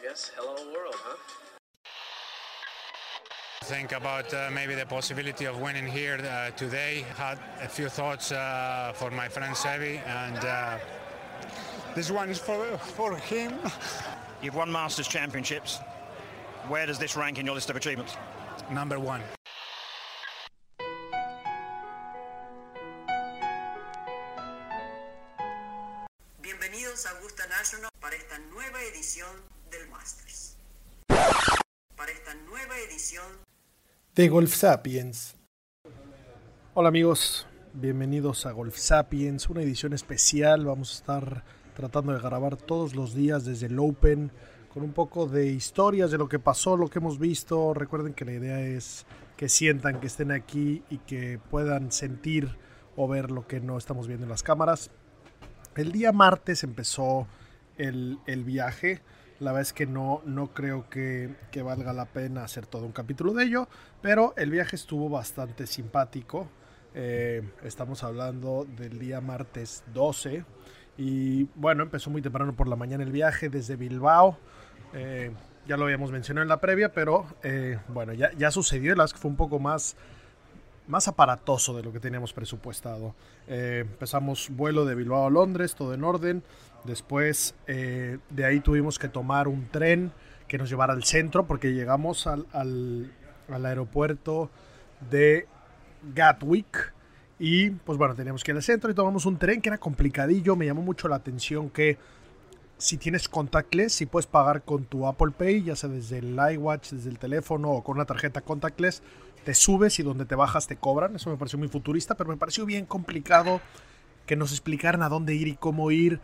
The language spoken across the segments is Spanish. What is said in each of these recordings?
guess hello world, huh? Think about maybe the possibility of winning here today. Had a few thoughts for my friend Sevi, and this one is for him. You've won Masters Championships. Where does this rank in your list of achievements? Number one. Bienvenidos a Augusta National para esta nueva edición del Masters. Para esta nueva edición de Golf Sapiens. Hola amigos, bienvenidos a Golf Sapiens, una edición especial. Vamos a estar tratando de grabar todos los días desde el Open con un poco de historias de lo que pasó, lo que hemos visto. Recuerden que la idea es que sientan que estén aquí y que puedan sentir o ver lo que no estamos viendo en las cámaras. El día martes empezó el viaje. La verdad es que no creo que valga la pena hacer todo un capítulo de ello, pero el viaje estuvo bastante simpático. Estamos hablando del día martes 12 y bueno, empezó muy temprano por la mañana el viaje desde Bilbao. Ya lo habíamos mencionado en la previa, pero bueno, ya sucedió. La verdad es que fue un poco más aparatoso de lo que teníamos presupuestado. Empezamos vuelo de Bilbao a Londres, todo en orden. Después de ahí tuvimos que tomar un tren que nos llevara al centro porque llegamos al aeropuerto de Gatwick y pues bueno, teníamos que ir al centro y tomamos un tren que era complicadillo. Me llamó mucho la atención que si tienes contactless, si puedes pagar con tu Apple Pay, ya sea desde el iWatch, desde el teléfono o con una tarjeta contactless, te subes y donde te bajas te cobran. Eso me pareció muy futurista, pero me pareció bien complicado que nos explicaran a dónde ir y cómo ir.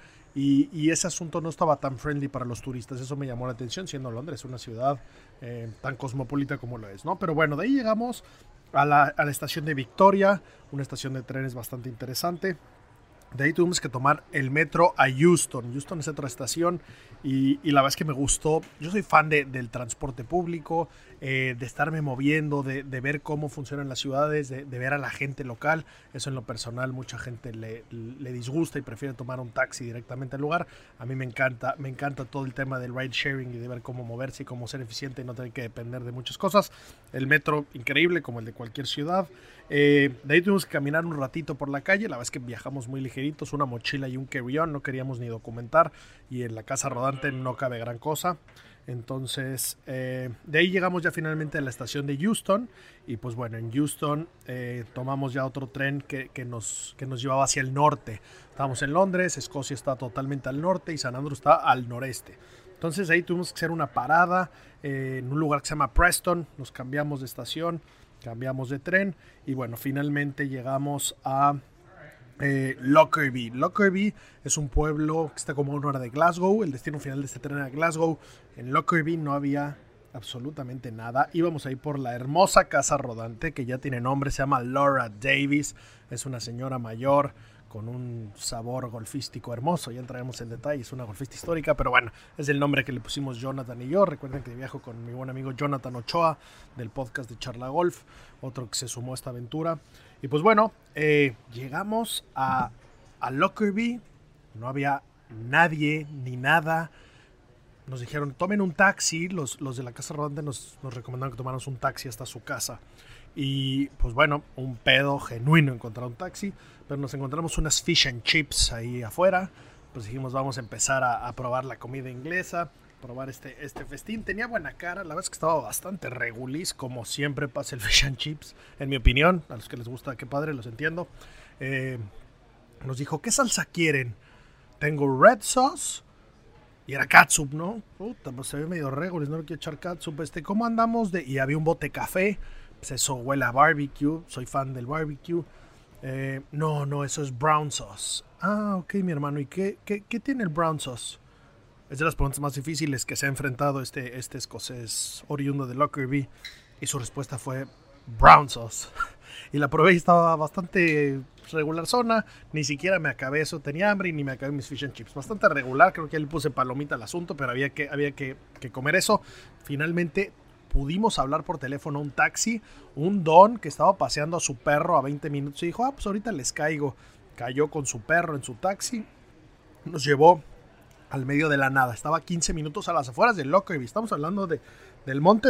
Y ese asunto no estaba tan friendly para los turistas. Eso me llamó la atención, siendo Londres una ciudad tan cosmopolita como lo es, ¿no? Pero bueno, de ahí llegamos a la estación de Victoria, una estación de trenes bastante interesante. De ahí tuvimos que tomar el metro a Euston. Euston es otra estación y la verdad es que me gustó. Yo soy fan del transporte público, de estarme moviendo, de ver cómo funcionan las ciudades, de ver a la gente local. Eso en lo personal mucha gente le disgusta y prefiere tomar un taxi directamente al lugar. A mí me encanta todo el tema del ride sharing y de ver cómo moverse y cómo ser eficiente y no tener que depender de muchas cosas. El metro increíble como el de cualquier ciudad. De ahí tuvimos que caminar un ratito por la calle. La verdad es que viajamos muy ligeritos, una mochila y un carry-on, no queríamos ni documentar y en la casa rodante no cabe gran cosa. Entonces de ahí llegamos ya finalmente a la estación de Euston y pues bueno, en Euston tomamos ya otro tren que nos llevaba hacia el norte. Estábamos en Londres, Escocia está totalmente al norte y San Andrew está al noreste. Entonces ahí tuvimos que hacer una parada en un lugar que se llama Preston. Nos cambiamos de estación, cambiamos de tren y bueno, finalmente llegamos a Lockerbie. Lockerbie es un pueblo que está como a una hora de Glasgow. El destino final de este tren era Glasgow. En Lockerbie no había absolutamente nada. Íbamos ahí por la hermosa casa rodante que ya tiene nombre, se llama Laura Davis. Es una señora mayor con un sabor golfístico hermoso. Ya entraremos en detalle, es una golfista histórica, pero bueno, es el nombre que le pusimos Jonathan y yo. Recuerden que viajo con mi buen amigo Jonathan Ochoa del podcast de Charla Golf, otro que se sumó a esta aventura. Y pues bueno, llegamos a Lockerbie, no había nadie ni nada. Nos dijeron, tomen un taxi, los de la casa rodante nos recomendaron que tomáramos un taxi hasta su casa. Y pues bueno, un pedo genuino encontrar un taxi, pero nos encontramos unas fish and chips ahí afuera. Pues dijimos, vamos a empezar a probar la comida inglesa, probar este festín. Tenía buena cara, la verdad es que estaba bastante regulis, como siempre pasa el fish and chips, en mi opinión. A los que les gusta, qué padre, los entiendo. Nos dijo, ¿qué salsa quieren? Tengo red sauce. Y era catsup, ¿no? Puta, pues se ve medio regulis, no le quiero echar catsup. ¿Cómo andamos? Y había un bote café. Pues eso huele a barbecue. Soy fan del barbecue. No, eso es brown sauce. Ah, ok, mi hermano. ¿Y qué tiene el brown sauce? Es de las preguntas más difíciles que se ha enfrentado este escocés oriundo de Lockerbie. Y su respuesta fue brown sauce. Y la probé y estaba bastante regular zona. Ni siquiera me acabé eso. Tenía hambre y ni me acabé mis fish and chips. Bastante regular. Creo que le puse palomita al asunto, pero había que comer eso. Finalmente pudimos hablar por teléfono a un taxi. Un don que estaba paseando a su perro a 20 minutos y dijo, pues ahorita les caigo. Cayó con su perro en su taxi. Nos llevó al medio de la nada. Estaba 15 minutos a las afueras de Lockerbie. Estamos hablando del monte,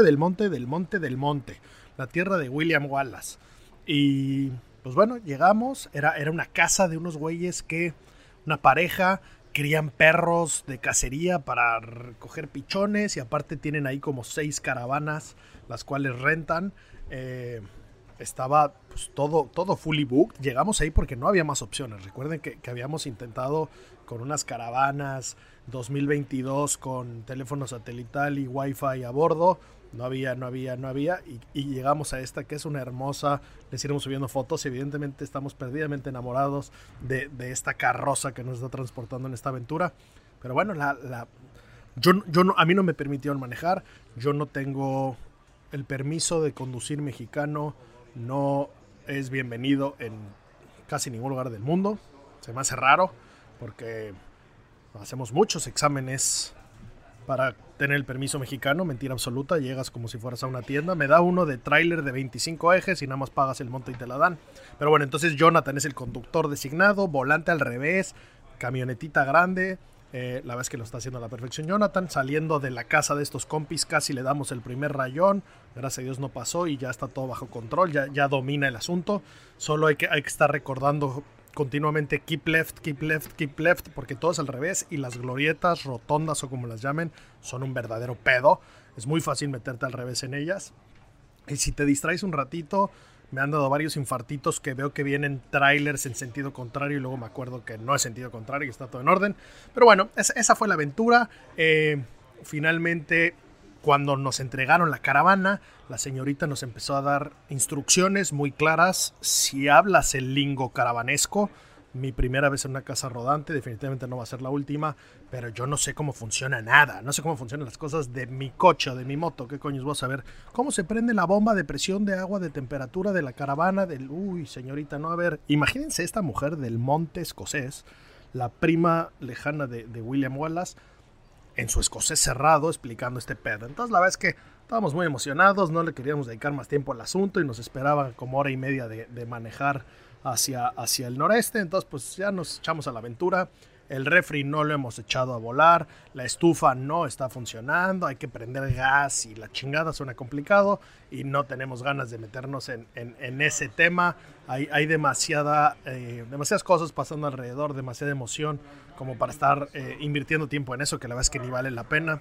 la tierra de William Wallace. Y pues bueno, llegamos. Era una casa de unos güeyes una pareja, crían perros de cacería para recoger pichones y aparte tienen ahí como 6 caravanas, las cuales rentan. Estaba pues, todo fully booked. Llegamos ahí porque no había más opciones. Recuerden que habíamos intentado con unas caravanas 2022 con teléfono satelital y wifi a bordo. No había. Y llegamos a esta que es una hermosa. Les iremos subiendo fotos. Evidentemente estamos perdidamente enamorados de esta carroza que nos está transportando en esta aventura. Pero bueno, a mí no me permitieron manejar. Yo no tengo el permiso de conducir mexicano. No es bienvenido en casi ningún lugar del mundo. Se me hace raro porque hacemos muchos exámenes para tener el permiso mexicano. Mentira absoluta, llegas como si fueras a una tienda. Me da uno de tráiler de 25 ejes y nada más pagas el monto y te la dan. Pero bueno, entonces Jonathan es el conductor designado, volante al revés, camionetita grande. La verdad es que lo está haciendo a la perfección Jonathan. Saliendo de la casa de estos compis casi le damos el primer rayón. Gracias a Dios no pasó y ya está todo bajo control. Ya domina el asunto. Solo hay que estar recordando continuamente keep left, porque todo es al revés y las glorietas, rotondas o como las llamen, son un verdadero pedo. Es muy fácil meterte al revés en ellas. Y si te distraes un ratito, me han dado varios infartitos que veo que vienen trailers en sentido contrario y luego me acuerdo que no es sentido contrario y está todo en orden. Pero bueno, esa fue la aventura. Finalmente, cuando nos entregaron la caravana, la señorita nos empezó a dar instrucciones muy claras. Si hablas el lingo caravanesco, mi primera vez en una casa rodante, definitivamente no va a ser la última, pero yo no sé cómo funciona nada. No sé cómo funcionan las cosas de mi coche o de mi moto. ¿Qué coños voy a saber? ¿Cómo se prende la bomba de presión de agua, de temperatura de la caravana? Uy, señorita, no, a ver. Imagínense esta mujer del monte escocés, la prima lejana de William Wallace, en su escocés cerrado explicando este pedo. Entonces la verdad es que estábamos muy emocionados, no le queríamos dedicar más tiempo al asunto y nos esperaba como hora y media de manejar hacia el noreste. Entonces pues ya nos echamos a la aventura. El refri no lo hemos echado a volar, la estufa no está funcionando, hay que prender gas y la chingada suena complicado y no tenemos ganas de meternos en ese tema. Hay demasiadas cosas pasando alrededor, demasiada emoción como para estar invirtiendo tiempo en eso, que la verdad es que ni vale la pena.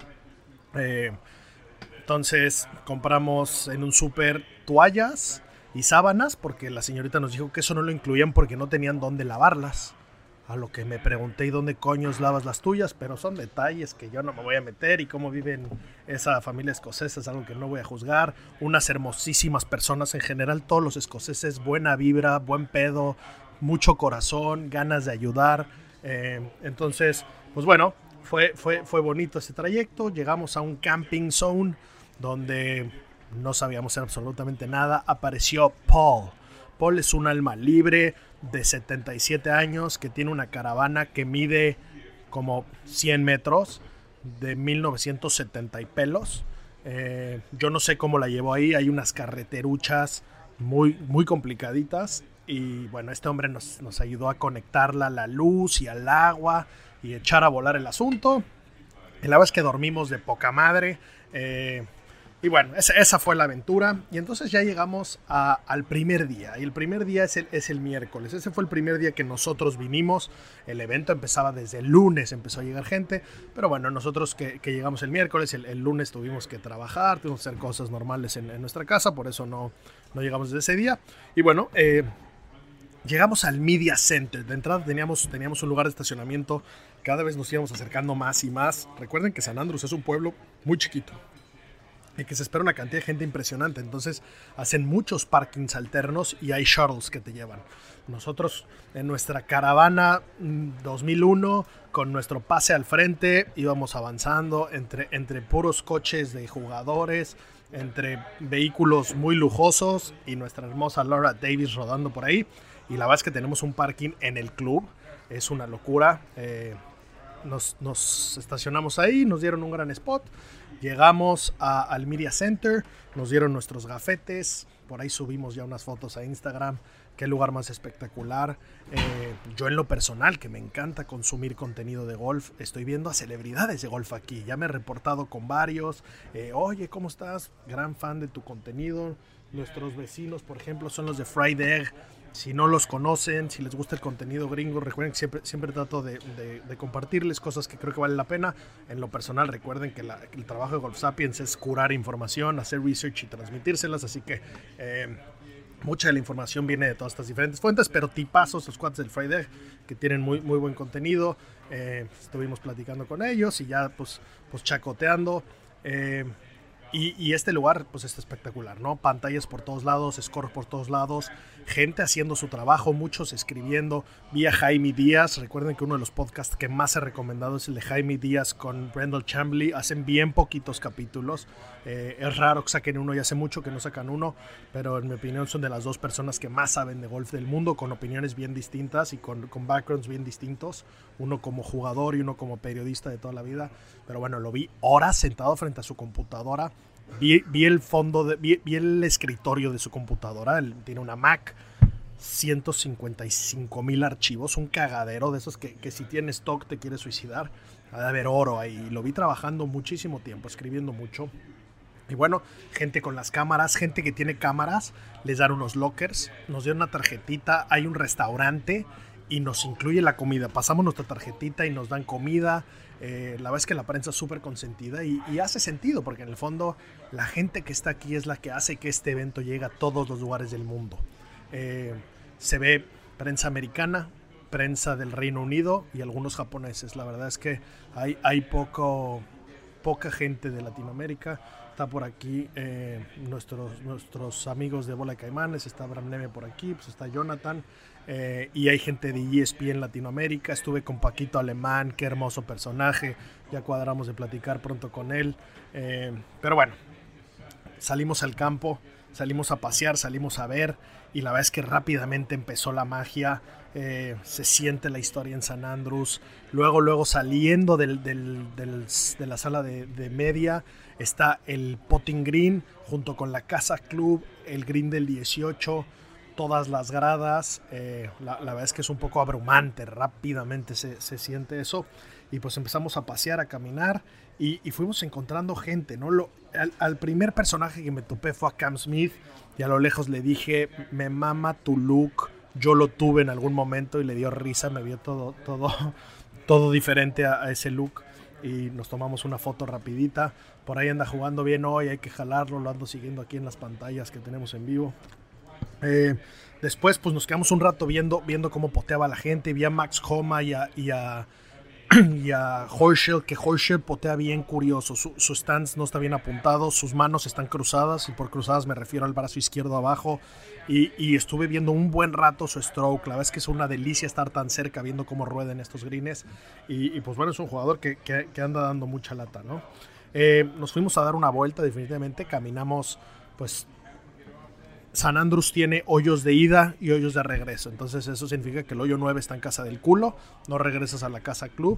Entonces compramos en un súper toallas y sábanas porque la señorita nos dijo que eso no lo incluían porque no tenían dónde lavarlas. A lo que me pregunté, ¿y dónde coños lavas las tuyas? Pero son detalles que yo no me voy a meter y cómo viven esa familia escocesa es algo que no voy a juzgar. Unas hermosísimas personas en general, todos los escoceses, buena vibra, buen pedo, mucho corazón, ganas de ayudar. Entonces, pues bueno, fue bonito ese trayecto. Llegamos a un camping zone donde no sabíamos hacer absolutamente nada. Apareció Paul. Paul es un alma libre de 77 años que tiene una caravana que mide como 100 metros de 1970 y pelos. Yo no sé cómo la llevó ahí. Hay unas carreteruchas muy, muy complicaditas. Y bueno, este hombre nos ayudó a conectarla a la luz y al agua y echar a volar el asunto. Y la verdad es que dormimos de poca madre. Y bueno, esa fue la aventura. Y entonces ya llegamos al primer día. Y el primer día es el miércoles. Ese fue el primer día que nosotros vinimos. El evento empezaba desde el lunes, empezó a llegar gente. Pero bueno, nosotros que llegamos el miércoles, el lunes tuvimos que trabajar, tuvimos que hacer cosas normales en nuestra casa. Por eso no llegamos desde ese día. Y bueno, llegamos al Media Center. De entrada teníamos un lugar de estacionamiento. Cada vez nos íbamos acercando más y más. Recuerden que San Andrews es un pueblo muy chiquito y que se espera una cantidad de gente impresionante. Entonces hacen muchos parkings alternos y hay shuttles que te llevan. Nosotros en nuestra caravana 2001 con nuestro pase al frente íbamos avanzando entre puros coches de jugadores, entre vehículos muy lujosos y nuestra hermosa Laura Davis rodando por ahí. Y la verdad es que tenemos un parking en el club. Es una locura. Nos estacionamos ahí, nos dieron un gran spot. Llegamos al Media Center, nos dieron nuestros gafetes, por ahí subimos ya unas fotos a Instagram. Qué lugar más espectacular. Yo en lo personal, que me encanta consumir contenido de golf, estoy viendo a celebridades de golf aquí. Ya me he reportado con varios. Oye, ¿cómo estás? Gran fan de tu contenido. Nuestros vecinos, por ejemplo, son los de Fried Egg. Si no los conocen, si les gusta el contenido gringo, recuerden que siempre trato de compartirles cosas que creo que valen la pena. En lo personal, recuerden que el trabajo de Golf Sapiens es curar información, hacer research y transmitírselas. Así que mucha de la información viene de todas estas diferentes fuentes, pero tipazos los cuates del Fried Egg que tienen muy buen contenido. Estuvimos platicando con ellos y ya pues chacoteando. Y este lugar pues está espectacular, ¿no? Pantallas por todos lados, scores por todos lados, gente haciendo su trabajo, muchos escribiendo. Vi a Jaime Díaz, recuerden que uno de los podcasts que más he recomendado es el de Jaime Díaz con Brendan Chambly. Hacen bien poquitos capítulos, es raro que saquen uno y hace mucho que no sacan uno, pero en mi opinión son de las dos personas que más saben de golf del mundo, con opiniones bien distintas y con backgrounds bien distintos, uno como jugador y uno como periodista de toda la vida. Pero bueno, lo vi horas sentado frente a su computadora. Vi el fondo, vi el escritorio de su computadora. Él tiene una Mac, 155,000 archivos, un cagadero de esos que si tienes stock te quieres suicidar. Ha de haber oro ahí. Lo vi trabajando muchísimo tiempo, escribiendo mucho. Y bueno, gente con las cámaras, gente que tiene cámaras, les dan unos lockers, nos dieron una tarjetita, hay un restaurante y nos incluye la comida. Pasamos nuestra tarjetita y nos dan comida. La verdad es que la prensa es súper consentida y hace sentido, porque en el fondo la gente que está aquí es la que hace que este evento llegue a todos los lugares del mundo. Se ve prensa americana, prensa del Reino Unido y algunos japoneses. La verdad es que hay poca gente de Latinoamérica. Está por aquí nuestros amigos de Bola de Caimanes, está Abraham Neme por aquí, pues está Jonathan, y hay gente de ESPN en Latinoamérica. Estuve con Paquito Alemán, qué hermoso personaje, ya cuadramos de platicar pronto con él, pero bueno, salimos al campo, salimos a pasear, salimos a ver, y la verdad es que rápidamente empezó la magia. Se siente la historia en San Andrews. Luego saliendo de la sala de media está el putting green junto con la Casa Club, el green del 18, todas las gradas. La verdad es que es un poco abrumante, rápidamente se siente eso. Y pues empezamos a pasear, a caminar y fuimos encontrando gente, ¿no? Al primer personaje que me topé fue a Cam Smith, y a lo lejos le dije, me mama tu look. Yo lo tuve en algún momento y le dio risa, me vio todo diferente a ese look, y nos tomamos una foto rapidita. Por ahí anda jugando bien hoy, hay que jalarlo, lo ando siguiendo aquí en las pantallas que tenemos en vivo. Después pues nos quedamos un rato viendo cómo poteaba la gente. Vi a Max Homa y a Horschel, que Horschel potea bien curioso. Su stance no está bien apuntado, sus manos están cruzadas, y por cruzadas me refiero al brazo izquierdo abajo, y estuve viendo un buen rato su stroke. La verdad es que es una delicia estar tan cerca viendo cómo ruedan estos greens, y pues bueno, es un jugador que anda dando mucha lata, ¿no? Nos fuimos a dar una vuelta, definitivamente caminamos. Pues San Andrews tiene hoyos de ida y hoyos de regreso, entonces eso significa que el hoyo 9 está en casa del culo, no regresas a la Casa Club,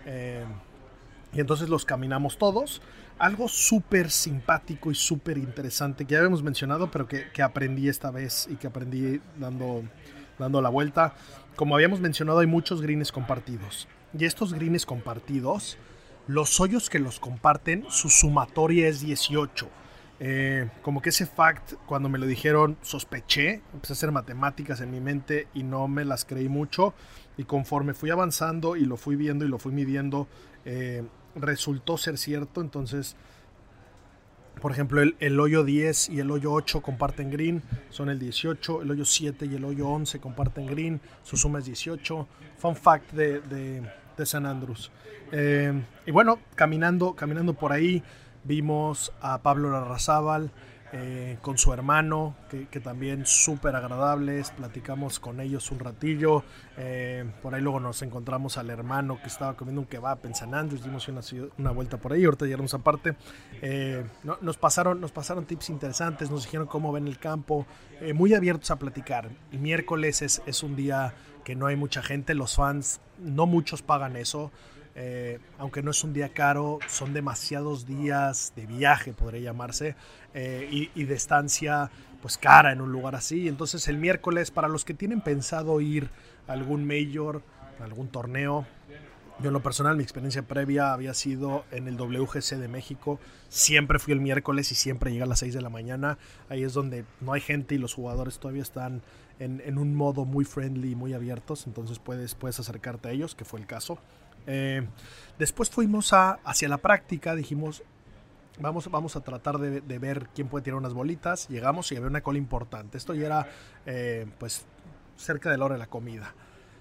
y entonces los caminamos todos. Algo súper simpático y súper interesante que ya habíamos mencionado, pero que aprendí esta vez y que aprendí dando la vuelta. Como habíamos mencionado, hay muchos greens compartidos, y estos greens compartidos, los hoyos que los comparten, su sumatoria es 18. Como que ese fact, cuando me lo dijeron, sospeché, empecé a hacer matemáticas en mi mente y no me las creí mucho, y conforme fui avanzando y lo fui viendo y lo fui midiendo, resultó ser cierto. Entonces, por ejemplo, el hoyo 10 y el hoyo 8 comparten green, son el 18, el hoyo 7 y el hoyo 11 comparten green, su suma es 18. Fun fact de San Andrews. Y bueno, caminando por ahí, vimos a Pablo Larrazábal con su hermano, que también súper agradables. Platicamos con ellos un ratillo. Por ahí luego nos encontramos al hermano que estaba comiendo un kebab en San Andrews. Dimos una vuelta por ahí. Ahorita llegamos aparte. Nos pasaron tips interesantes. Nos dijeron cómo ven el campo. Muy abiertos a platicar. El miércoles es un día que no hay mucha gente. Los fans, no muchos pagan eso. Aunque no es un día caro, son demasiados días de viaje, podría llamarse, y de estancia pues cara en un lugar así. Entonces el miércoles, para los que tienen pensado ir a algún major, a algún torneo, yo en lo personal mi experiencia previa había sido en el WGC de México. Siempre fui el miércoles y siempre llegué a las 6 de la mañana. Ahí es donde no hay gente y los jugadores todavía están en un modo muy friendly, muy abiertos. Entonces puedes acercarte a ellos, que fue el caso. Después fuimos hacia la práctica. Dijimos, vamos a tratar de ver quién puede tirar unas bolitas. Llegamos y había una cola importante. Esto ya era pues cerca de la hora de la comida.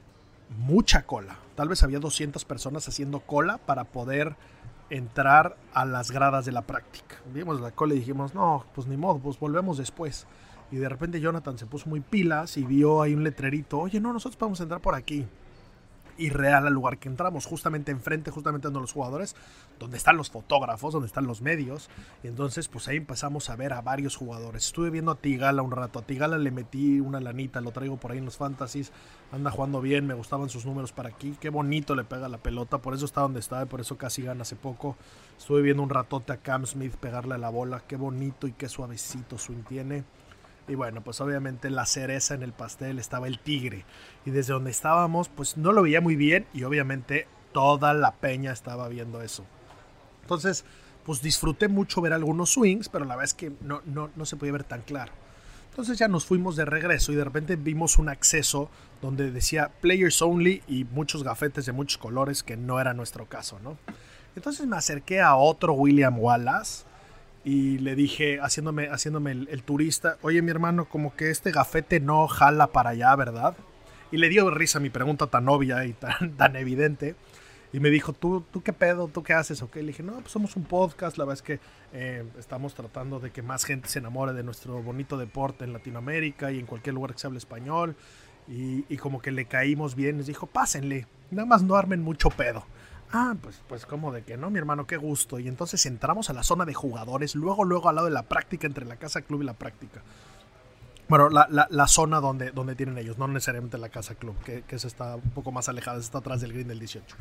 Mucha cola. Tal vez había 200 personas haciendo cola para poder entrar a las gradas de la práctica. Vimos la cola y dijimos, no, pues ni modo, pues volvemos después. Y de repente Jonathan se puso muy pilas y vio ahí un letrerito, oye, no, nosotros podemos entrar por aquí. Y real al lugar que entramos, justamente enfrente, justamente donde los jugadores, donde están los fotógrafos, donde están los medios. Y entonces pues ahí empezamos a ver a varios jugadores. Estuve viendo a Tigala un rato. A Tigala le metí una lanita, lo traigo por ahí en los fantasies. Anda jugando bien, me gustaban sus números para aquí. Qué bonito le pega la pelota, por eso está donde está, y por eso casi gana hace poco. Estuve viendo un ratote a Cam Smith pegarle a la bola. Qué bonito y qué suavecito swing tiene. Y bueno, pues obviamente la cereza en el pastel estaba el Tigre. Y desde donde estábamos, pues no lo veía muy bien. Y obviamente toda la peña estaba viendo eso. Entonces, pues disfruté mucho ver algunos swings, pero la verdad es que no se podía ver tan claro. Entonces ya nos fuimos de regreso y de repente vimos un acceso donde decía Players Only y muchos gafetes de muchos colores, que no era nuestro caso, ¿no? Entonces me acerqué a otro William Wallace y le dije, haciéndome el turista, oye, mi hermano, como que este gafete no jala para allá, ¿verdad? Y le dio risa mi pregunta tan obvia y tan evidente. Y me dijo, ¿tú qué pedo? ¿Tú qué haces? ¿Okay? Le dije, no, pues somos un podcast. La verdad es que estamos tratando de que más gente se enamore de nuestro bonito deporte en Latinoamérica y en cualquier lugar que se hable español. Y como que le caímos bien. Les dijo, pásenle, nada más no armen mucho pedo. Ah, pues como de que no, mi hermano, qué gusto. Y entonces entramos a la zona de jugadores, luego al lado de la práctica, entre la casa club y la práctica. Bueno, la zona donde tienen ellos, no necesariamente la casa club, que esa está un poco más alejada, está atrás del green del 18.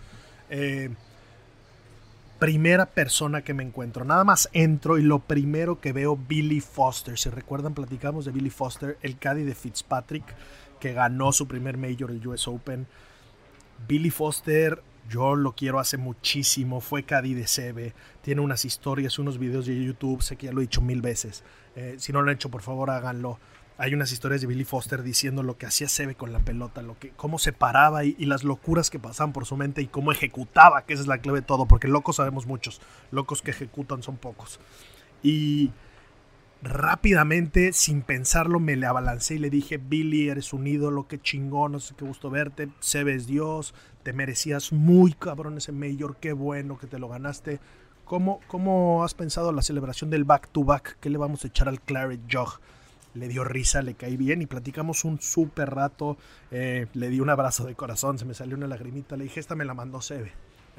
Primera persona que me encuentro, nada más entro y lo primero que veo, Billy Foster. Si recuerdan, platicamos de Billy Foster, el caddy de Fitzpatrick, que ganó su primer major, el US Open. Billy Foster, yo lo quiero hace muchísimo, fue caddy de Seve, tiene unas historias, unos videos de YouTube, sé que ya lo he dicho 1000 veces. Si no lo han hecho, por favor háganlo. Hay unas historias de Billy Foster diciendo lo que hacía Seve con la pelota, cómo se paraba y las locuras que pasaban por su mente y cómo ejecutaba, que esa es la clave de todo, porque locos sabemos muchos, locos que ejecutan son pocos. Y rápidamente, sin pensarlo, me le abalancé y le dije, Billy, eres un ídolo, qué chingón, no sé, qué gusto verte, Seve es Dios, te merecías muy cabrón ese major, qué bueno que te lo ganaste. ¿Cómo has pensado la celebración del back-to-back? ¿Qué le vamos a echar al Claret Jug? Le dio risa, le caí bien y platicamos un súper rato. Le di un abrazo de corazón, se me salió una lagrimita. Le dije, esta me la mandó Seve.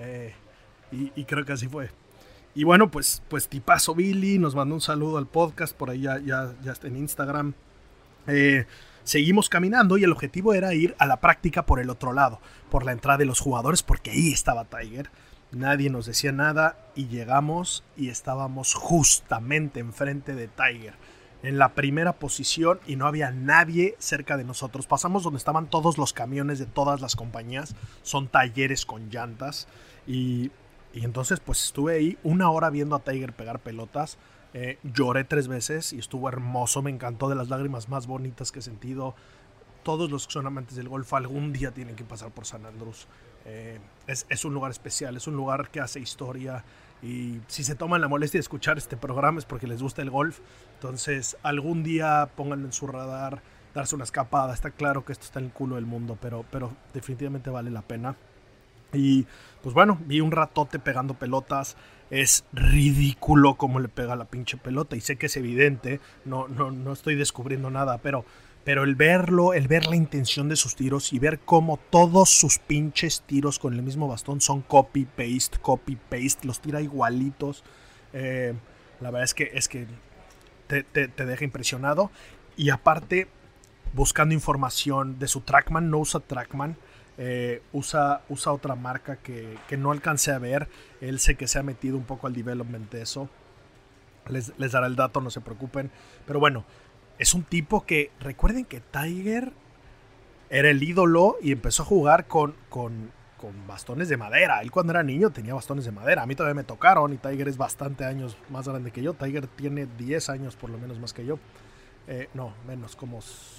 Y creo que así fue. Y bueno, pues tipazo Billy, nos mandó un saludo al podcast, por ahí ya está en Instagram. Seguimos caminando y el objetivo era ir a la práctica por el otro lado, por la entrada de los jugadores, porque ahí estaba Tiger. Nadie nos decía nada y llegamos y estábamos justamente enfrente de Tiger, en la primera posición, y no había nadie cerca de nosotros. Pasamos donde estaban todos los camiones de todas las compañías, son talleres con llantas, y entonces pues estuve ahí 1 hora viendo a Tiger pegar pelotas. Lloré 3 veces y estuvo hermoso, me encantó, de las lágrimas más bonitas que he sentido. Todos los que son amantes del golf algún día tienen que pasar por San Andrés. Es un lugar especial, es un lugar que hace historia, y si se toman la molestia de escuchar este programa es porque les gusta el golf. Entonces algún día pónganlo en su radar, darse una escapada. Está claro que esto está en el culo del mundo, pero definitivamente vale la pena. Y pues bueno, vi un ratote pegando pelotas. Es ridículo cómo le pega la pinche pelota, y sé que es evidente, no estoy descubriendo nada, pero el verlo, el ver la intención de sus tiros y ver cómo todos sus pinches tiros con el mismo bastón son copy-paste, los tira igualitos. La verdad es que te deja impresionado. Y aparte, buscando información de su TrackMan, no usa TrackMan, usa otra marca que no alcancé a ver. Él sé que se ha metido un poco al development de eso. Les dará el dato, no se preocupen. Pero bueno, es un tipo que, recuerden que Tiger era el ídolo y empezó a jugar con bastones de madera. Él cuando era niño tenía bastones de madera. A mí todavía me tocaron y Tiger es bastante años más grande que yo. Tiger tiene 10 años por lo menos más que yo. No, menos, como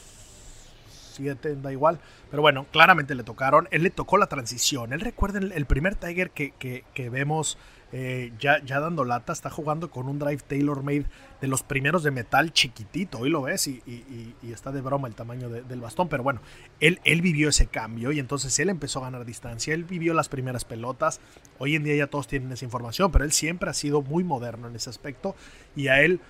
7, da igual. Pero bueno, claramente le tocaron. Él le tocó la transición. Él recuerda el primer Tiger que vemos ya dando lata. Está jugando con un drive tailor-made de los primeros de metal chiquitito. Hoy lo ves y está de broma el tamaño del bastón. Pero bueno, él vivió ese cambio y entonces él empezó a ganar distancia. Él vivió las primeras pelotas. Hoy en día ya todos tienen esa información, pero él siempre ha sido muy moderno en ese aspecto y a él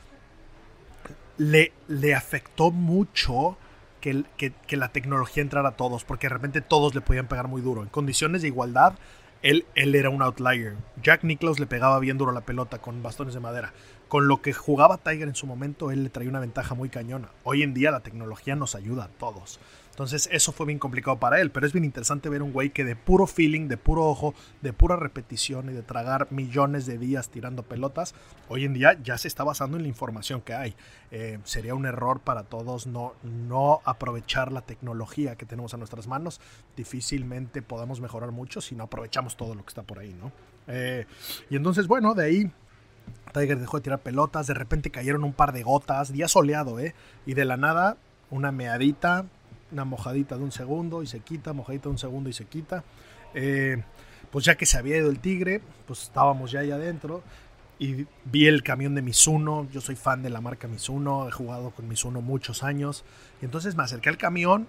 le afectó mucho que la tecnología entrara a todos, porque de repente todos le podían pegar muy duro. En condiciones de igualdad, él era un outlier. Jack Nicklaus le pegaba bien duro la pelota con bastones de madera. Con lo que jugaba Tiger en su momento, él le traía una ventaja muy cañona. Hoy en día la tecnología nos ayuda a todos. Entonces eso fue bien complicado para él, pero es bien interesante ver un güey que de puro feeling, de puro ojo, de pura repetición y de tragar millones de días tirando pelotas, hoy en día ya se está basando en la información que hay. Sería un error para todos no aprovechar la tecnología que tenemos a nuestras manos. Difícilmente podamos mejorar mucho si no aprovechamos todo lo que está por ahí, ¿no? Y entonces, bueno, de ahí Tiger dejó de tirar pelotas, de repente cayeron un par de gotas, día soleado, y de la nada una meadita, una mojadita de un segundo y se quita, mojadita de un segundo y se quita. Pues ya que se había ido el Tigre, pues estábamos ya ahí adentro y vi el camión de Mizuno. Yo soy fan de la marca Mizuno, he jugado con Mizuno muchos años. Y entonces me acerqué al camión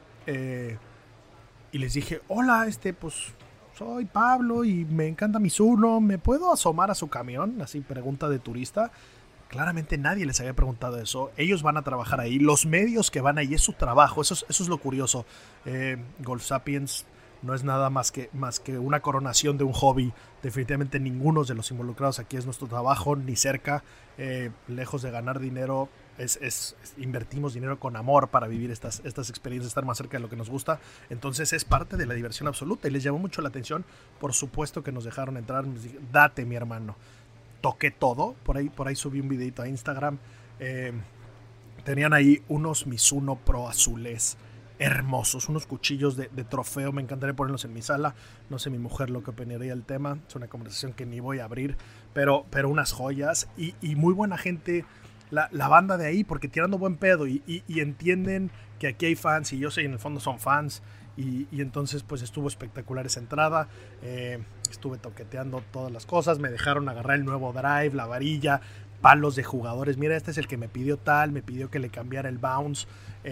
y les dije, hola, pues soy Pablo y me encanta Mizuno, ¿me puedo asomar a su camión? Así, pregunta de turista. Claramente nadie les había preguntado eso. Ellos van a trabajar ahí. Los medios que van ahí es su trabajo. Eso es lo curioso. Golf Sapiens no es nada más que una coronación de un hobby. Definitivamente ninguno de los involucrados aquí es nuestro trabajo, ni cerca. Lejos de ganar dinero, invertimos dinero con amor para vivir estas experiencias, estar más cerca de lo que nos gusta. Entonces es parte de la diversión absoluta y les llamó mucho la atención. Por supuesto que nos dejaron entrar. Nos dijeron, date, mi hermano. Toqué todo, por ahí subí un videito a Instagram. Tenían ahí unos Mizuno Pro azules hermosos, unos cuchillos de trofeo. Me encantaría ponerlos en mi sala. No sé mi mujer lo que opinaría del tema. Es una conversación que ni voy a abrir, pero unas joyas y muy buena gente la banda de ahí, porque tirando buen pedo y entienden que aquí hay fans y yo sé, en el fondo son fans. Y entonces pues estuvo espectacular esa entrada. Estuve toqueteando todas las cosas. Me dejaron agarrar el nuevo drive, la varilla, palos de jugadores. Mira, este es el que me pidió tal, me pidió que le cambiara el bounce.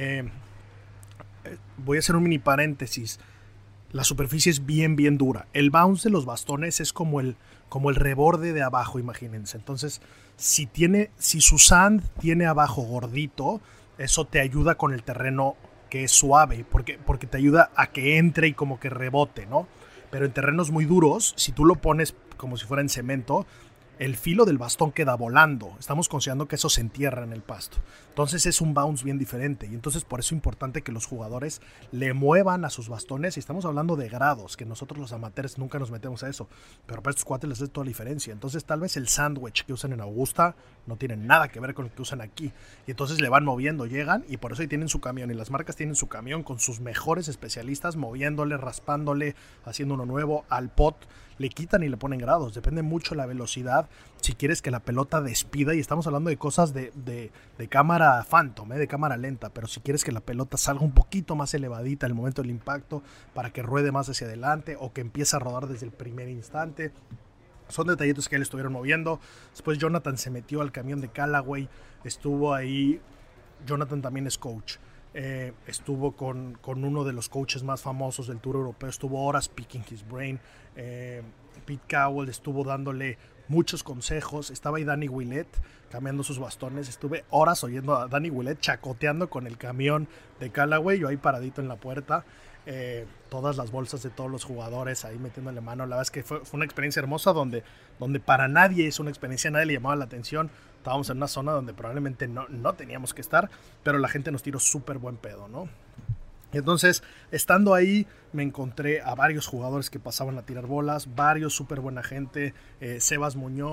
Voy a hacer un mini paréntesis. La superficie es bien dura. El bounce de los bastones es como el reborde de abajo, imagínense. Entonces, si su sand tiene abajo gordito, eso te ayuda con el terreno que es suave, porque te ayuda a que entre y como que rebote, ¿no? Pero en terrenos muy duros, si tú lo pones como si fuera en cemento, el filo del bastón queda volando. Estamos considerando que eso se entierra en el pasto. Entonces es un bounce bien diferente. Y entonces por eso es importante que los jugadores le muevan a sus bastones. Y estamos hablando de grados, que nosotros los amateurs nunca nos metemos a eso. Pero para estos cuates les hace toda la diferencia. Entonces tal vez el sandwich que usan en Augusta no tiene nada que ver con el que usan aquí. Y entonces le van moviendo, llegan y por eso ahí tienen su camión. Y las marcas tienen su camión con sus mejores especialistas moviéndole, raspándole, haciendo uno nuevo al pot. Le quitan y le ponen grados. Depende mucho la velocidad. Si quieres que la pelota despida, y estamos hablando de cosas de cámara phantom, de cámara lenta, pero si quieres que la pelota salga un poquito más elevadita en el momento del impacto para que ruede más hacia adelante o que empiece a rodar desde el primer instante. Son detallitos que le estuvieron moviendo. Después Jonathan se metió al camión de Callaway. Estuvo ahí. Jonathan también es coach. Estuvo con uno de los coaches más famosos del Tour Europeo. Estuvo horas picking his brain. Pete Cowell estuvo dándole muchos consejos. Estaba ahí Danny Willett cambiando sus bastones. Estuve horas oyendo a Danny Willett chacoteando con el camión de Callaway. Yo ahí paradito en la puerta. Todas las bolsas de todos los jugadores ahí metiéndole mano. La verdad es que fue una experiencia hermosa donde para nadie es una experiencia, nadie le llamaba la atención. Estábamos en una zona donde probablemente no teníamos que estar, pero la gente nos tiró súper buen pedo, ¿no? Entonces, estando ahí, me encontré a varios jugadores que pasaban a tirar bolas, varios súper buena gente. Sebas Muñoz,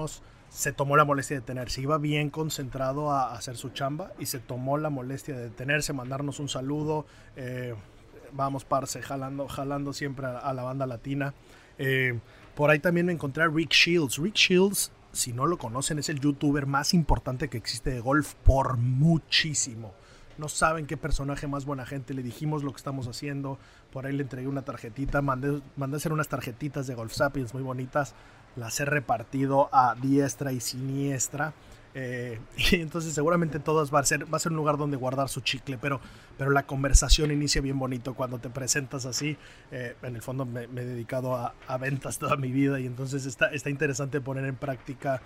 se tomó la molestia de detenerse. Iba bien concentrado a hacer su chamba y se tomó la molestia de detenerse, mandarnos un saludo. Vamos, parce, jalando siempre a la banda latina. Por ahí también me encontré a Rick Shields. Rick Shields, si no lo conocen, es el youtuber más importante que existe de golf por muchísimo. No saben qué personaje más buena gente. Le dijimos lo que estamos haciendo. Por ahí le entregué una tarjetita. Mandé a hacer unas tarjetitas de Golf Sapiens muy bonitas. Las he repartido a diestra y siniestra. Y entonces seguramente todas va a ser un lugar donde guardar su chicle. Pero la conversación inicia bien bonito cuando te presentas así. En el fondo me he dedicado a ventas toda mi vida. Y entonces está interesante poner en práctica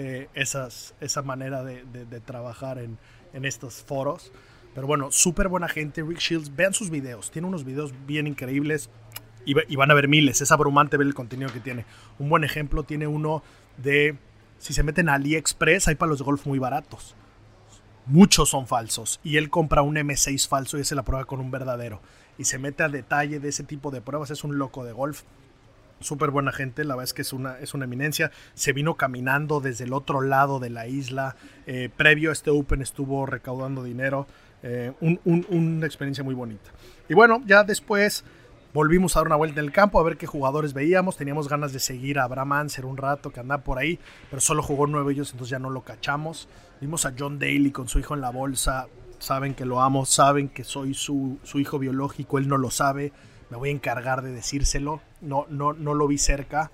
esa manera de trabajar en estos foros. Pero bueno, súper buena gente. Rick Shields, vean sus videos. Tiene unos videos bien increíbles y van a ver miles. Es abrumante ver el contenido que tiene. Un buen ejemplo tiene uno de, si se meten a AliExpress, hay palos de golf muy baratos. Muchos son falsos. Y él compra un M6 falso y se la prueba con un verdadero. Y se mete a detalle de ese tipo de pruebas. Es un loco de golf. Súper buena gente, la verdad es que es una eminencia. Se vino caminando desde el otro lado de la isla. Previo a este Open estuvo recaudando dinero. Una experiencia muy bonita. Y bueno, ya después volvimos a dar una vuelta en el campo a ver qué jugadores veíamos. Teníamos ganas de seguir a Abraham Ancer un rato, que andaba por ahí, pero solo jugó 9 ellos, entonces ya no lo cachamos. Vimos a John Daly con su hijo en la bolsa. Saben que lo amo, saben que soy su hijo biológico. Él no lo sabe. Me voy a encargar de decírselo. No lo vi cerca.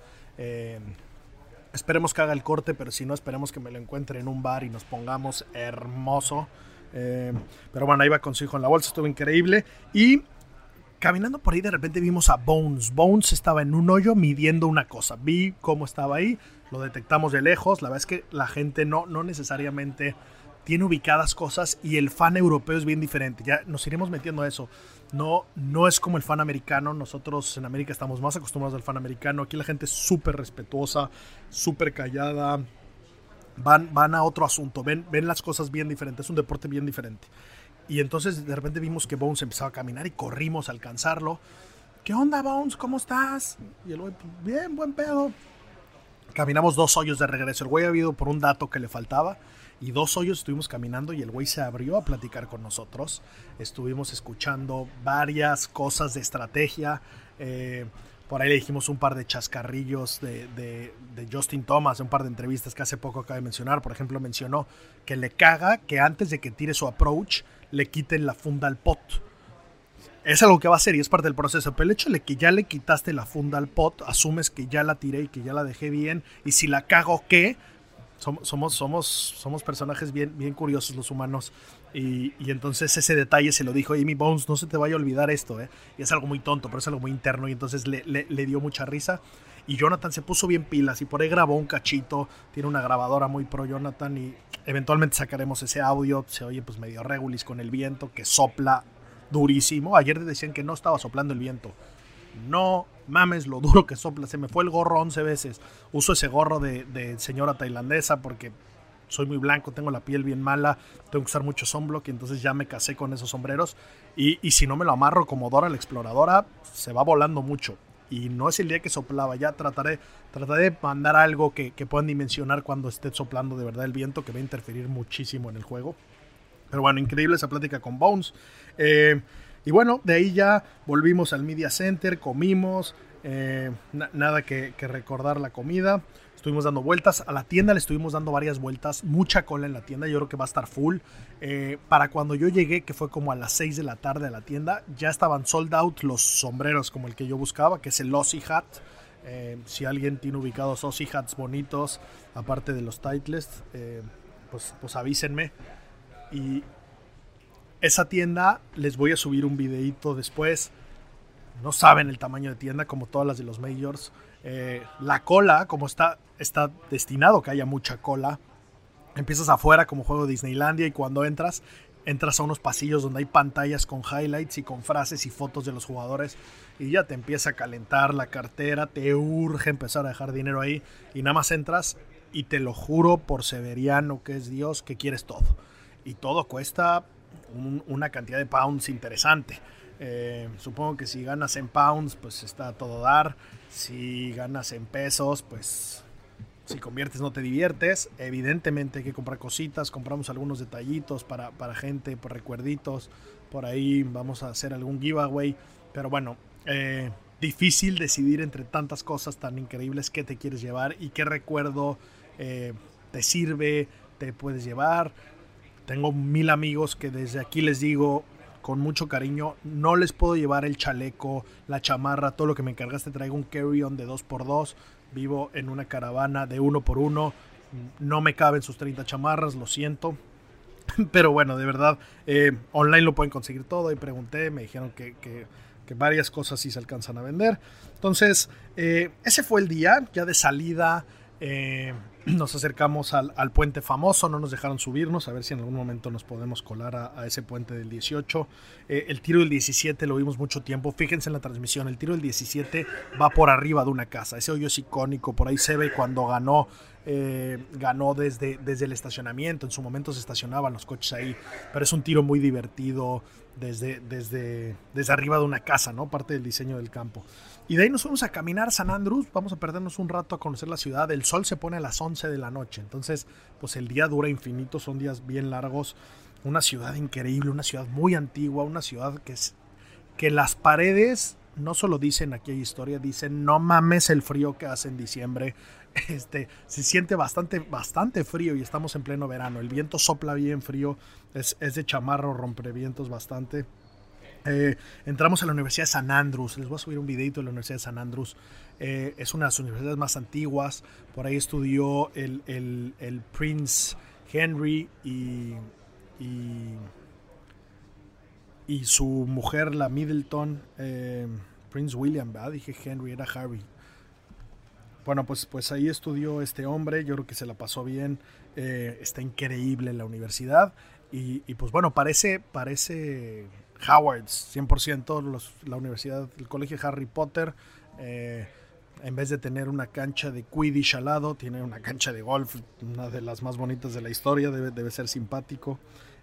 Esperemos que haga el corte, pero si no, esperemos que me lo encuentre en un bar y nos pongamos hermoso. Pero bueno, ahí va con su hijo en la bolsa, estuvo increíble. Y caminando por ahí de repente vimos a Bones. Bones estaba en un hoyo midiendo una cosa. Vi cómo estaba ahí, lo detectamos de lejos. La verdad es que la gente no necesariamente tiene ubicadas cosas y el fan europeo es bien diferente. Ya nos iremos metiendo a eso. No es como el fan americano. Nosotros en América estamos más acostumbrados al fan americano. Aquí la gente es súper respetuosa, súper callada. Van a otro asunto, ven las cosas bien diferentes, es un deporte bien diferente. Y entonces de repente vimos que Bones empezaba a caminar y corrimos a alcanzarlo. ¿Qué onda, Bones? ¿Cómo estás? Y el güey, bien, buen pedo. Caminamos 2 hoyos de regreso. El güey había ido por un dato que le faltaba. Y 2 hoyos estuvimos caminando y el güey se abrió a platicar con nosotros. Estuvimos escuchando varias cosas de estrategia. Por ahí le dijimos un par de chascarrillos de Justin Thomas, un par de entrevistas que hace poco acaba de mencionar. Por ejemplo, mencionó que le caga que antes de que tire su approach le quiten la funda al pot. Es algo que va a hacer y es parte del proceso. Pero el hecho de que ya le quitaste la funda al pot, asumes que ya la tiré y que ya la dejé bien. Y si la cago, ¿qué? Somos personajes bien curiosos los humanos. Y entonces ese detalle se lo dijo Amy Bones, no se te vaya a olvidar esto, y es algo muy tonto, pero es algo muy interno. Y entonces le dio mucha risa. Y Jonathan se puso bien pilas y por ahí grabó un cachito. Tiene una grabadora muy pro Jonathan y eventualmente sacaremos ese audio. Se oye pues medio regulis con el viento que sopla durísimo. Ayer decían que no estaba soplando el viento. No mames lo duro que sopla. Se me fue el gorro 11 veces. Uso ese gorro de señora tailandesa porque soy muy blanco, tengo la piel bien mala, tengo que usar mucho sunblock y entonces ya me casé con esos sombreros. Y si no me lo amarro como Dora la exploradora, se va volando mucho. Y no es el día que soplaba. Ya trataré de mandar algo que puedan dimensionar cuando esté soplando de verdad el viento, que va a interferir muchísimo en el juego. Pero bueno, increíble esa plática con Bones. Y bueno, de ahí ya volvimos al Media Center, comimos, nada que recordar la comida. Estuvimos dando vueltas, a la tienda le estuvimos dando varias vueltas, mucha cola en la tienda, yo creo que va a estar full. Para cuando yo llegué, que fue como a las 6 de la tarde a la tienda, ya estaban sold out los sombreros como el que yo buscaba, que es el Aussie Hat. Si alguien tiene ubicados Aussie Hats bonitos, aparte de los Titleist, pues avísenme. Y esa tienda, les voy a subir un videito después. No saben el tamaño de tienda, como todas las de los majors. La cola, como está destinado que haya mucha cola. Empiezas afuera como juego de Disneylandia y cuando entras a unos pasillos donde hay pantallas con highlights y con frases y fotos de los jugadores y ya te empieza a calentar la cartera, te urge empezar a dejar dinero ahí y nada más entras y te lo juro por Severiano que es Dios que quieres todo. Y todo cuesta una cantidad de pounds interesante. Supongo que si ganas en pounds, pues está a todo dar. Si ganas en pesos, pues si conviertes no te diviertes. Evidentemente hay que comprar cositas, compramos algunos detallitos para gente, por recuerditos, por ahí vamos a hacer algún giveaway, pero bueno, difícil decidir entre tantas cosas tan increíbles que te quieres llevar y qué recuerdo te sirve, te puedes llevar. Tengo 1000 amigos que desde aquí les digo con mucho cariño, no les puedo llevar el chaleco, la chamarra, todo lo que me encargaste. Traigo un carry-on de 2x2, vivo en una caravana de 1x1, no me caben sus 30 chamarras, lo siento. Pero bueno, de verdad, online lo pueden conseguir todo. Y pregunté, me dijeron que varias cosas sí se alcanzan a vender. Entonces, ese fue el día, ya de salida. Nos acercamos al puente famoso, no nos dejaron subirnos, a ver si en algún momento nos podemos colar a ese puente del 18. El tiro del 17 lo vimos mucho tiempo, fíjense en la transmisión, el tiro del 17 va por arriba de una casa, ese hoyo es icónico, por ahí se ve cuando ganó desde el estacionamiento, en su momento se estacionaban los coches ahí, pero es un tiro muy divertido desde arriba de una casa, ¿no? Parte del diseño del campo. Y de ahí nos fuimos a caminar a San Andrews, vamos a perdernos un rato a conocer la ciudad. El sol se pone a las 11 de la noche, entonces pues el día dura infinito, son días bien largos. Una ciudad increíble, una ciudad muy antigua, una ciudad que las paredes no solo dicen aquí hay historia, dicen no mames el frío que hace en diciembre. Se siente bastante frío y estamos en pleno verano, el viento sopla bien frío, es de chamarro, rompevientos bastante. Entramos a la Universidad de San Andrews, les voy a subir un videito de la Universidad de San Andrews. Es una de las universidades más antiguas, por ahí estudió el Prince Henry y su mujer, la Middleton, Prince William, ¿verdad? Dije Henry, era Harry. Bueno, pues ahí estudió este hombre, yo creo que se la pasó bien, está increíble la universidad y pues bueno, parece Howard's 100%, la universidad, el colegio Harry Potter, en vez de tener una cancha de Quidditch al lado, tiene una cancha de golf, una de las más bonitas de la historia, debe ser simpático.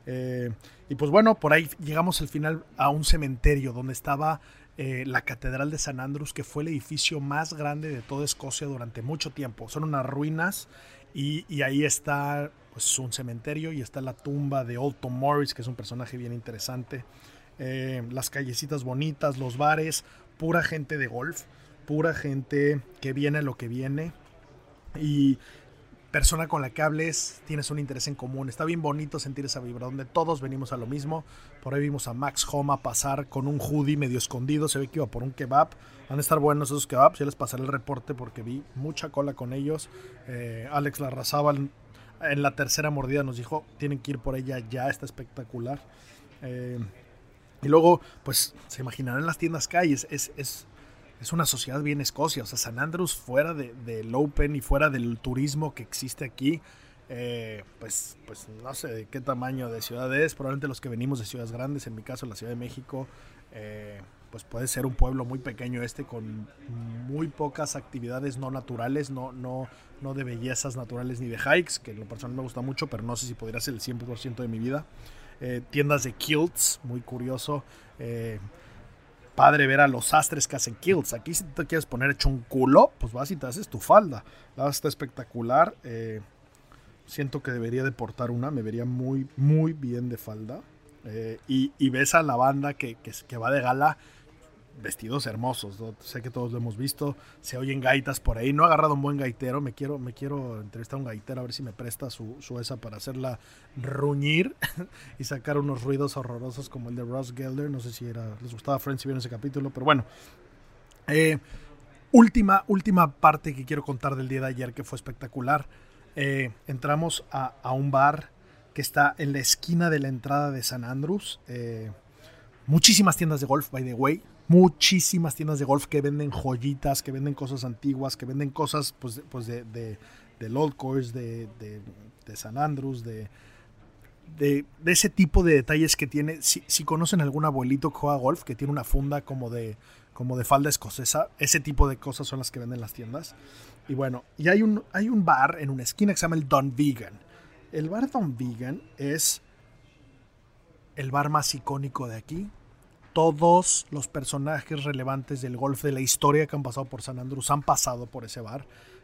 Y pues bueno, por ahí llegamos al final a un cementerio donde estaba la Catedral de San Andrews, que fue el edificio más grande de toda Escocia durante mucho tiempo. Son unas ruinas y ahí está pues, un cementerio y está la tumba de Old Tom Morris, que es un personaje bien interesante. Las callecitas bonitas, los bares, pura gente de golf, pura gente que viene a lo que viene y persona con la que hables, tienes un interés en común. Está bien bonito sentir esa vibra donde todos venimos a lo mismo. Por ahí vimos a Max Homa pasar con un hoodie medio escondido, se ve que iba por un kebab. Van a estar buenos esos kebabs, ya les pasaré el reporte porque vi mucha cola con ellos. Alex Larrazábal en la tercera mordida nos dijo, tienen que ir por ella ya, está espectacular. Y luego, pues, se imaginarán las tiendas calles, es una sociedad bien Escocia, o sea, San Andrews fuera del Open y fuera del turismo que existe aquí, pues no sé de qué tamaño de ciudad es, probablemente los que venimos de ciudades grandes, en mi caso la Ciudad de México, pues puede ser un pueblo muy pequeño con muy pocas actividades no naturales, no de bellezas naturales ni de hikes, que en lo personal me gusta mucho, pero no sé si podría ser el 100% de mi vida. Tiendas de kilts, muy curioso. Padre ver a los sastres que hacen kilts. Aquí si te quieres poner hecho un culo, pues vas y te haces tu falda. La verdad está espectacular. Siento que debería de portar una. Me vería muy, muy bien de falda. Y ves a la banda que va de gala, vestidos hermosos, ¿no? Sé que todos lo hemos visto. Se oyen gaitas por ahí. No he agarrado un buen gaitero. Me quiero entrevistar a un gaitero a ver si me presta su esa para hacerla ruñir y sacar unos ruidos horrorosos como el de Ross Geller. No sé si les gustaba a Friends si vieron ese capítulo, pero bueno. Última parte que quiero contar del día de ayer, que fue espectacular. Entramos a un bar que está en la esquina de la entrada de San Andrews. Muchísimas tiendas de golf, by the way. Muchísimas tiendas de golf que venden joyitas, que venden cosas antiguas, que venden cosas pues del Old Course, de San Andrews, de ese tipo de detalles que tiene. Si conocen algún abuelito que juega golf, que tiene una funda como de falda escocesa, ese tipo de cosas son las que venden las tiendas. Y bueno, y hay un bar en una esquina que se llama el Dunvegan. El bar Dunvegan es el bar más icónico de aquí. Todos los personajes relevantes del golf de la historia que han pasado por San Andrews han pasado por ese bar.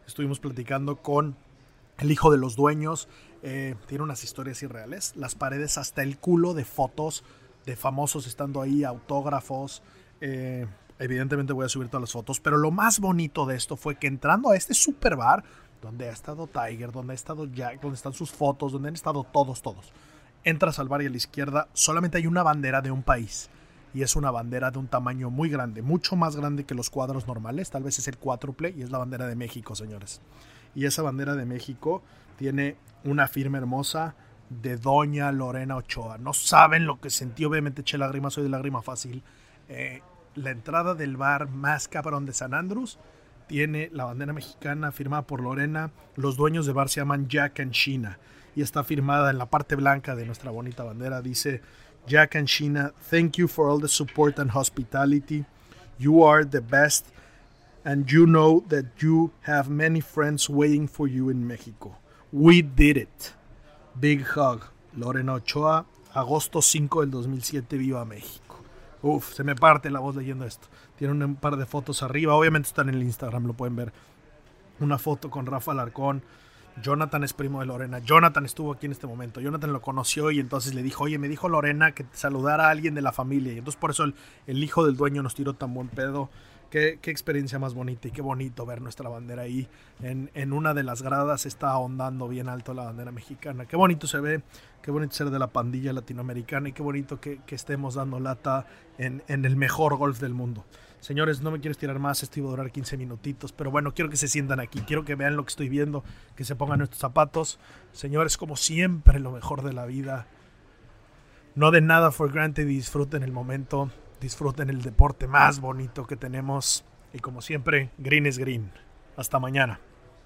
estuvimos platicando con el hijo de los dueños. Tiene unas historias irreales. Las paredes hasta el culo de fotos de famosos estando ahí, autógrafos. Evidentemente voy a subir todas las fotos, pero lo más bonito de esto fue que entrando a este super bar, donde ha estado Tiger, donde ha estado Jack, donde están sus fotos, donde han estado todos, entras al bar y a la izquierda solamente hay una bandera de un país, y es una bandera de un tamaño muy grande, mucho más grande que los cuadros normales, tal vez es el cuádruple, y es la bandera de México, señores. Y esa bandera de México tiene una firma hermosa de Doña Lorena Ochoa. No saben lo que sentí, obviamente eché lágrimas, soy de lágrima fácil. La entrada del bar más cabrón de San Andrews tiene la bandera mexicana firmada por Lorena. Los dueños del bar se llaman Jack and Sheena y está firmada en la parte blanca de nuestra bonita bandera. Dice: Jack and Sheena, thank you for all the support and hospitality. You are the best and you know that you have many friends waiting for you in Mexico. We did it. Big hug. Lorena Ochoa, agosto 5 del 2007, viva México. Uf, se me parte la voz leyendo esto. Tiene un par de fotos arriba. Obviamente están en el Instagram, lo pueden ver. Una foto con Rafa Alarcón. Jonathan es primo de Lorena. Jonathan estuvo aquí en este momento. Jonathan lo conoció y entonces le dijo: oye, me dijo Lorena que te saludara a alguien de la familia. Y entonces por eso el hijo del dueño nos tiró tan buen pedo. Qué experiencia más bonita y qué bonito ver nuestra bandera ahí. En una de las gradas está ahondando bien alto la bandera mexicana. Qué bonito se ve, qué bonito ser de la pandilla latinoamericana y qué bonito que estemos dando lata en el mejor golf del mundo. Señores, no me quiero estirar más, esto iba a durar 15 minutitos, pero bueno, quiero que se sientan aquí, quiero que vean lo que estoy viendo, que se pongan nuestros zapatos. Señores, como siempre, lo mejor de la vida. No den nada for granted y disfruten el momento. Disfruten el deporte más bonito que tenemos. Y como siempre, green es green. Hasta mañana.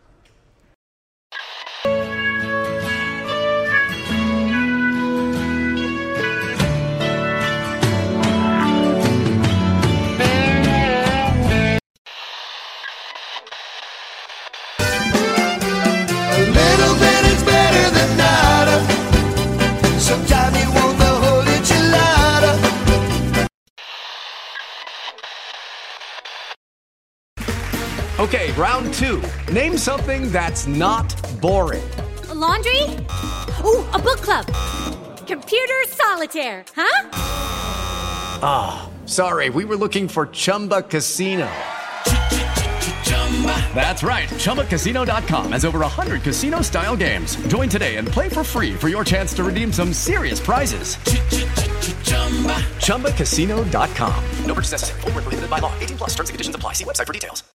Okay, round 2. Name something that's not boring. A laundry? Ooh, a book club. Computer solitaire, huh? Ah, sorry, we were looking for Chumba Casino. That's right, ChumbaCasino.com has over 100 casino-style games. Join today and play for free for your chance to redeem some serious prizes. ChumbaCasino.com. No purchase necessary. Void where prohibited by law. 18+ terms and conditions apply. See website for details.